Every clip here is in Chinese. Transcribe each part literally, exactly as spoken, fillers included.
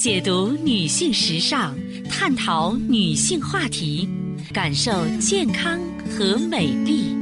解读女性时尚，探讨女性话题，感受健康和美丽。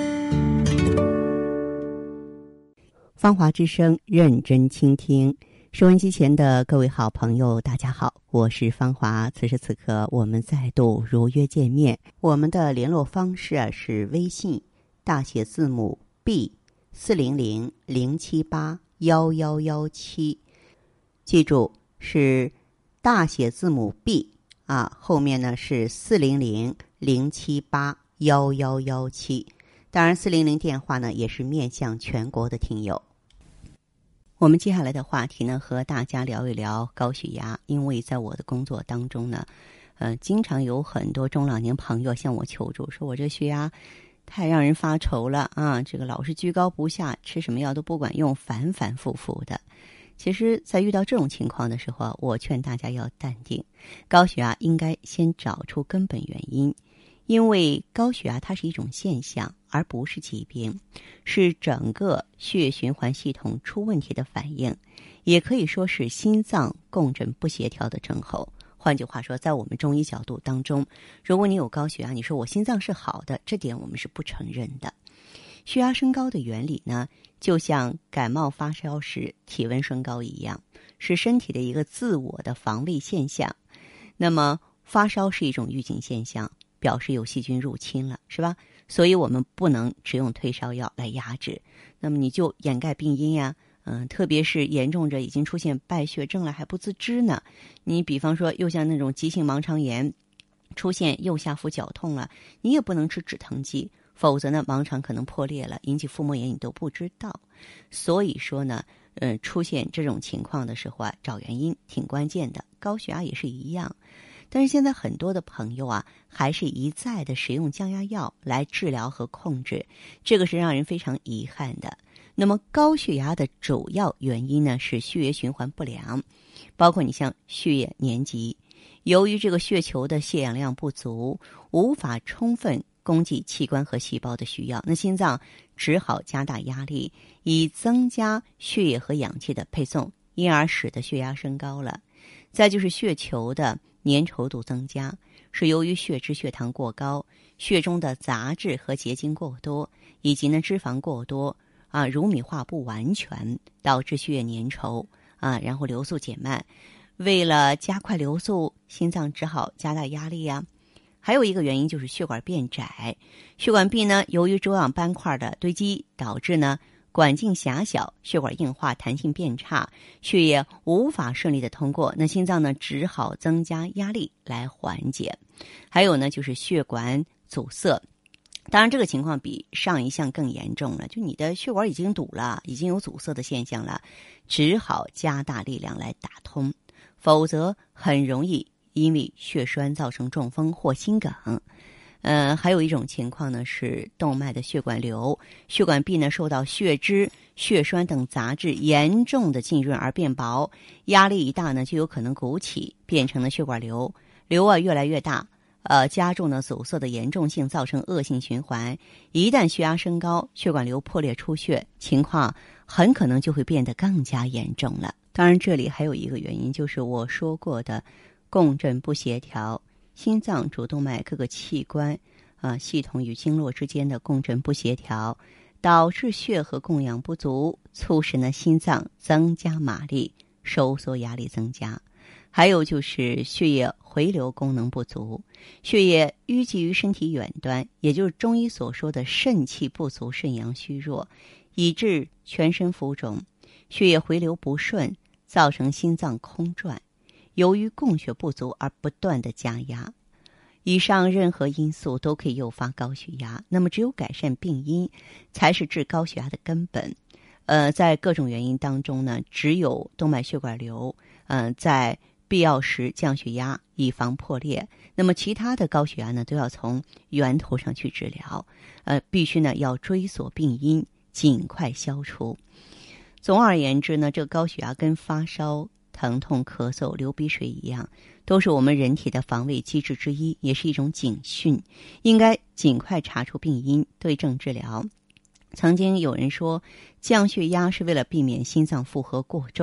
芳华之声，认真倾听。收音机前的各位好朋友，大家好，我是芳华。此时此刻，我们再度如约见面。我们的联络方式啊是微信大写字母 B 四零零零七八幺幺幺七，记住是大写字母 B 啊，后面呢是四零零零七八幺幺幺七。当然，四零零电话呢也是面向全国的听友。我们接下来的话题呢，和大家聊一聊高血压。因为在我的工作当中呢，呃，经常有很多中老年朋友向我求助，说我这血压太让人发愁了啊，这个老是居高不下，吃什么药都不管用，反反复复的。其实在遇到这种情况的时候，我劝大家要淡定，高血压应该先找出根本原因。因为高血压它是一种现象，而不是疾病，是整个血液循环系统出问题的反应，也可以说是心脏共振不协调的症候。换句话说，在我们中医角度当中，如果你有高血压，你说我心脏是好的，这点我们是不承认的。血压升高的原理呢，就像感冒发烧时体温升高一样，是身体的一个自我的防卫现象。那么发烧是一种预警现象，表示有细菌入侵了，是吧？所以我们不能只用退烧药来压制，那么你就掩盖病因呀，嗯，特别是严重者已经出现败血症了还不自知呢。你比方说，又像那种急性盲肠炎，出现右下腹绞痛了，你也不能吃止疼剂，否则呢，盲肠可能破裂了，引起腹膜炎，你都不知道。所以说呢，嗯，出现这种情况的时候啊，找原因挺关键的。高血压也是一样。但是现在很多的朋友啊，还是一再的使用降压药来治疗和控制，这个是让人非常遗憾的。那么高血压的主要原因呢，是血液循环不良，包括你像血液粘集，由于这个血球的血氧量不足，无法充分供给器官和细胞的需要，那心脏只好加大压力，以增加血液和氧气的配送，因而使得血压升高了。再就是血球的粘稠度增加，是由于血脂血糖过高，血中的杂质和结晶过多，以及呢脂肪过多啊，乳糜化不完全，导致血液粘稠啊，然后流速减慢。为了加快流速，心脏只好加大压力呀。还有一个原因就是血管变窄，血管壁呢由于粥样斑块的堆积，导致呢管径狭小，血管硬化，弹性变差，血液无法顺利的通过，那心脏呢只好增加压力来缓解。还有呢就是血管阻塞，当然这个情况比上一项更严重了，就你的血管已经堵了，已经有阻塞的现象了，只好加大力量来打通，否则很容易因为血栓造成中风或心梗。呃，还有一种情况呢是动脉的血管瘤，血管壁呢受到血脂、血栓等杂质严重的浸润而变薄，压力一大呢就有可能鼓起，变成了血管瘤，瘤啊越来越大，呃，加重了阻塞的严重性，造成恶性循环。一旦血压升高，血管瘤破裂出血，情况很可能就会变得更加严重了。当然，这里还有一个原因，就是我说过的共振不协调。心脏主动脉各个器官啊系统与经络之间的共振不协调，导致血和供氧不足，促使呢心脏增加马力，收缩压力增加。还有就是血液回流功能不足，血液淤积于身体远端，也就是中医所说的肾气不足、肾阳虚弱，以致全身浮肿，血液回流不顺，造成心脏空转。由于供血不足而不断的加压，以上任何因素都可以诱发高血压。那么只有改善病因，才是治高血压的根本。呃，在各种原因当中呢，只有动脉血管瘤，呃，在必要时降血压，以防破裂。那么其他的高血压呢，都要从源头上去治疗。呃，必须呢要追索病因，尽快消除。总而言之呢，这个高血压跟发烧、疼痛、咳嗽、流鼻水一样，都是我们人体的防卫机制之一，也是一种警讯，应该尽快查出病因，对症治疗。曾经有人说，降血压是为了避免心脏负荷过重，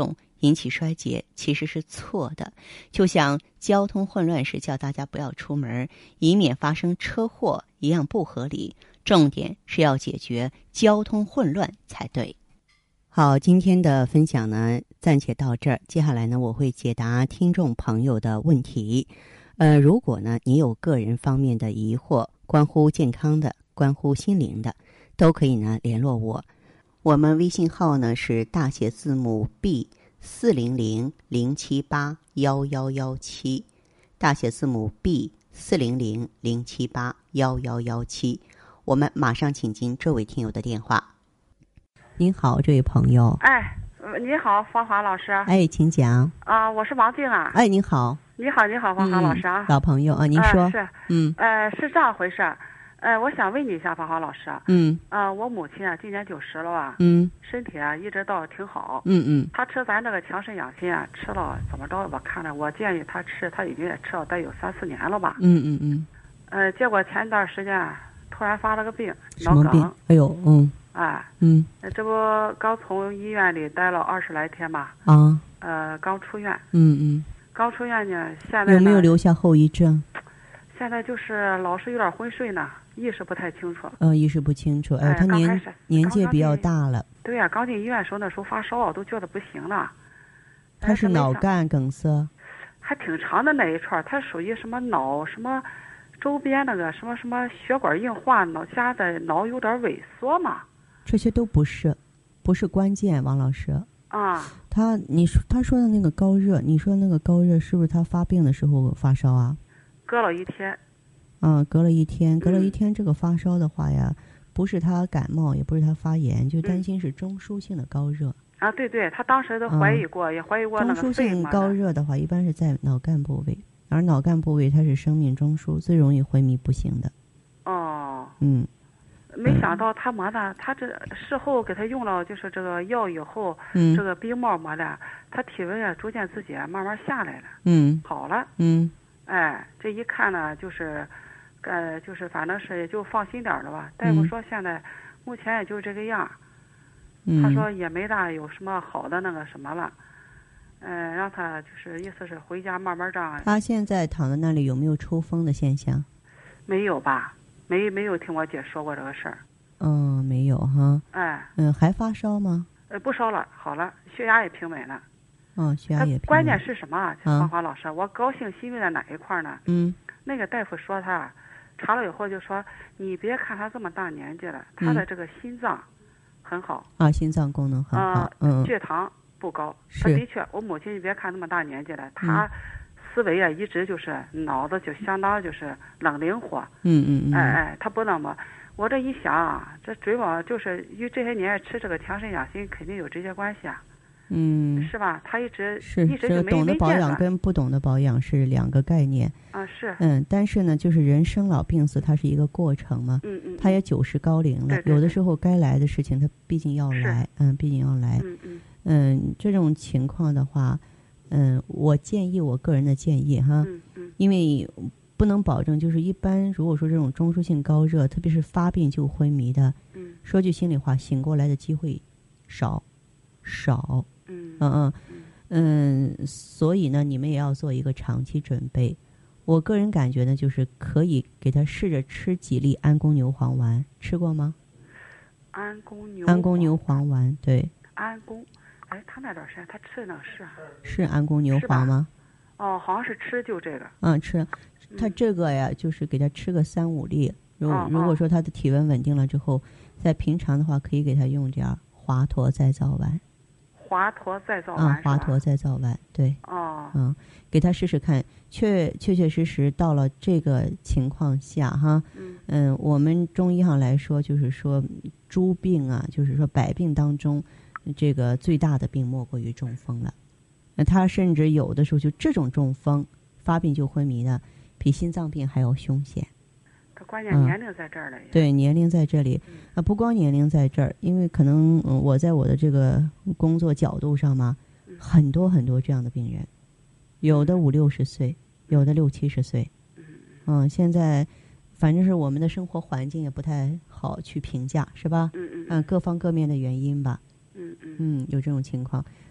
引起衰竭，其实是错的。就像交通混乱时叫大家不要出门，以免发生车祸一样不合理。重点是要解决交通混乱才对。好，今天的分享呢，暂且到这儿。接下来呢，我会解答听众朋友的问题。呃，如果呢，你有个人方面的疑惑，关乎健康的，关乎心灵的，都可以呢联络我。我们微信号呢是大写字母 B 四零零零七八幺幺幺七，大写字母 B 四零零零七八幺幺幺七。我们马上请进这位听友的电话。您好，这位朋友。 哎，你好，芳华老师。 哎，请讲。 啊，我是王静啊。 哎，你好。 你好，你好，芳华老师啊。 嗯、老朋友啊，您说。 呃、是。 嗯。 呃，是这样回事。呃，我想问你一下，芳华老师。 嗯。 啊、呃，我母亲啊，今年九十了啊。 嗯。 身体啊，一直倒挺好。 嗯嗯。 她吃咱这个强肾养心啊，吃了怎么着？我看着，我建议她吃，她已经也吃了得有三四年了吧。 嗯嗯嗯。 呃，结果前一段时间突然发了个病， 什么病？哎呦，嗯。 哎， 嗯， 这不刚从医院里待了二十来天嘛， 啊， 呃，刚出院， 嗯嗯， 刚出院呢，现在有没有留下后遗症？ 现在就是老是有点昏睡呢，意识不太清楚。 呃，意识不清楚，哎，他年年纪比较大了。 对呀、啊，刚进医院的时候，那时候发烧，都觉得不行了。 他是脑干梗塞， 还挺长的那一串，他属于什么脑什么周边那个什么什么血管硬化，脑加的脑有点萎缩嘛。 这些都不是，不是关键，王老师。 啊， 他你说他说的那个高热，你说那个高热是不是他发病的时候发烧啊？ 隔了一天。 嗯，隔了一天，隔了一天，这个发烧的话呀，不是他感冒，也不是他发炎，就担心是中枢性的高热。 啊，对对，他当时都怀疑过，嗯、也怀疑过那个中枢性高热的话，一般是在脑干部位，而脑干部位它是生命中枢，最容易昏迷不醒的。 哦。 嗯。 没想到他么的，他这事后给他用了就是这个药以后， 嗯， 这个冰帽么的，他体温啊逐渐自己慢慢下来了， 嗯， 好了， 嗯， 哎，这一看呢，就是，呃，就是反正是也就放心点了吧。大夫说现在目前也就这个样， 嗯， 他说也没大有什么好的那个什么了，嗯、呃，让他就是意思是回家慢慢这样。 他现在躺在那里有没有抽风的现象？ 没有吧？没没有听我姐说过这个事儿。 嗯，没有哈。 哎。 嗯，还发烧吗？ 呃，不烧了，好了，血压也平稳了。 嗯，血压也平稳。 关键是什么啊？ 花花老师，我高兴欣慰在哪一块呢？ 嗯。 那个大夫说他查了以后就说，你别看他这么大年纪了，他的这个心脏很好。 啊，心脏功能很好。 嗯。血糖不高。 是。 他的确，我母亲你别看那么大年纪了，他。思维啊，一直就是脑子就相当就是冷灵活， 嗯嗯嗯， 哎哎，他不那么，我这一想啊，这追往就是与这些年吃这个强肾养心肯定有直接关系啊， 嗯， 是吧？他一直是一直就没懂得保养跟不懂得保养是两个概念啊，是， 嗯，但是呢，就是人生老病死，它是一个过程嘛， 嗯嗯， 他也九十高龄了， 对对对， 有的时候该来的事情他毕竟要来，嗯，毕竟要来， 嗯嗯， 嗯，这种情况的话。嗯，我建议我个人的建议哈， 嗯嗯， 因为不能保证，就是一般如果说这种中枢性高热，特别是发病就昏迷的， 嗯， 说句心里话，醒过来的机会少，少， 嗯嗯嗯嗯，所以呢，你们也要做一个长期准备。我个人感觉呢，就是可以给他试着吃几粒安宫牛黄丸，吃过吗？ 安宫牛安宫牛黄丸，对， 安宫。哎，他那段时间他吃的那个是是安宫牛黄吗？ 哦，好像是吃就这个。 嗯，吃，他这个呀，就是给他吃个三五粒。如哦如果说他的体温稳定了之后，在平常的话，可以给他用点华佗再造丸。 华佗再造丸。 啊，华佗再造丸，对。 哦。 嗯，给他试试看，确确确实实到了这个情况下哈， 嗯， 嗯，我们中医上来说，就是说诸病啊，就是说百病当中。这个最大的病莫过于中风了，那他甚至有的时候就这种中风发病就昏迷的，比心脏病还要凶险。 他关键年龄在这儿了、嗯。 对，年龄在这里，啊，不光年龄在这儿，因为可能、嗯、我在我的这个工作角度上嘛， 嗯、 很多很多这样的病人，有的五六十岁，有的六七十岁， 嗯， 嗯，现在反正是我们的生活环境也不太好去评价，是吧？ 嗯嗯， 嗯，各方各面的原因吧。 嗯嗯嗯，有这种情况，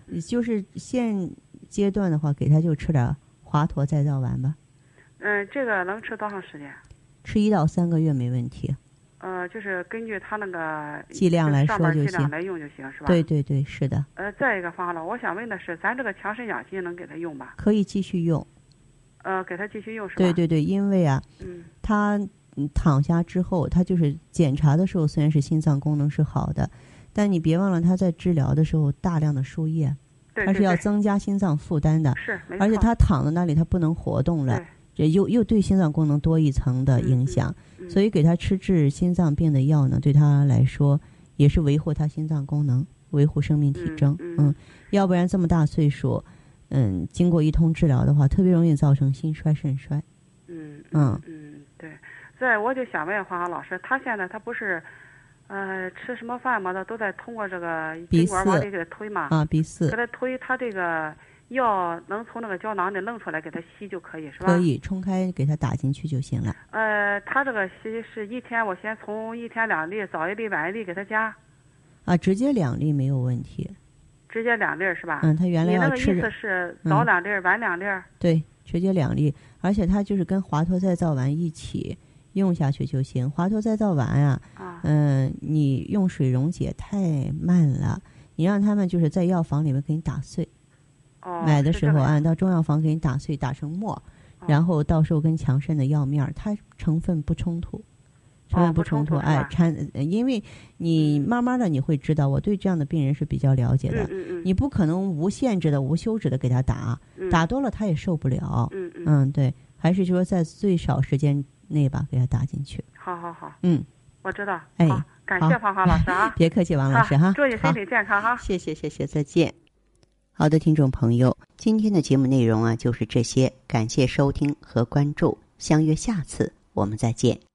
就是现阶段的话，给他就吃点华佗再造丸吧。 嗯，这个能吃多长时间？ 吃一到三个月没问题。 呃，就是根据他那个剂量来说就行， 剂量来用就行，是吧？ 对对对，是的。 呃，再一个方了，我想问的是，咱这个强肾养心能给他用吧？ 可以继续用。 呃，给他继续用是吧？ 对对对，因为啊，嗯，他躺下之后，他就是检查的时候，虽然是心脏功能是好的，但你别忘了他在治疗的时候大量的输液， 对对对， 他是要增加心脏负担的。 是，没错。 而且他躺在那里，他不能活动了。这又又对心脏功能多一层的影响， 嗯嗯、 所以给他吃治心脏病的药呢，对他来说也是维护他心脏功能，维护生命体征。 嗯， 嗯嗯要不然这么大岁数，嗯，经过一通治疗的话，特别容易造成心衰、肾衰。 嗯嗯嗯，对。所以我就想问黄老师，他现在他不是，呃，吃什么饭嘛，他都在通过这个针管往里给他推嘛。 啊，鼻饲。 给他推，他这个。药能从那个胶囊里弄出来给他吸就可以是吧？ 可以冲开给他打进去就行了。 呃，他这个吸是一天，我先从一天两粒，早一粒晚一粒给他加。 啊，直接两粒没有问题。 直接两粒是吧？ 嗯，他原来要吃。 你那个意思是早两粒、嗯、晚两粒？ 对，直接两粒，而且他就是跟华佗再造丸一起用下去就行。华佗再造丸啊，嗯、呃，你用水溶解太慢了，你让他们就是在药房里面给你打碎。 哦、 买的时候按到中药房给你打碎打成沫、哦、然后到时候跟强肾的药面它成分不冲突，成分不冲突、 哦、 哎掺，因为你慢慢的你会知道，我对这样的病人是比较了解的， 嗯嗯嗯你不可能无限制的无休止的给他打、 嗯、 打多了他也受不了， 嗯嗯嗯对，还是说在最少时间内吧给他打进去。 好好好， 嗯， 我知道， 哎， 好，感谢芳华老师啊， 别客气，王老师哈， 祝你身体健康哈， 谢谢谢谢，再见。好的，听众朋友，今天的节目内容啊就是这些，感谢收听和关注，相约下次我们再见。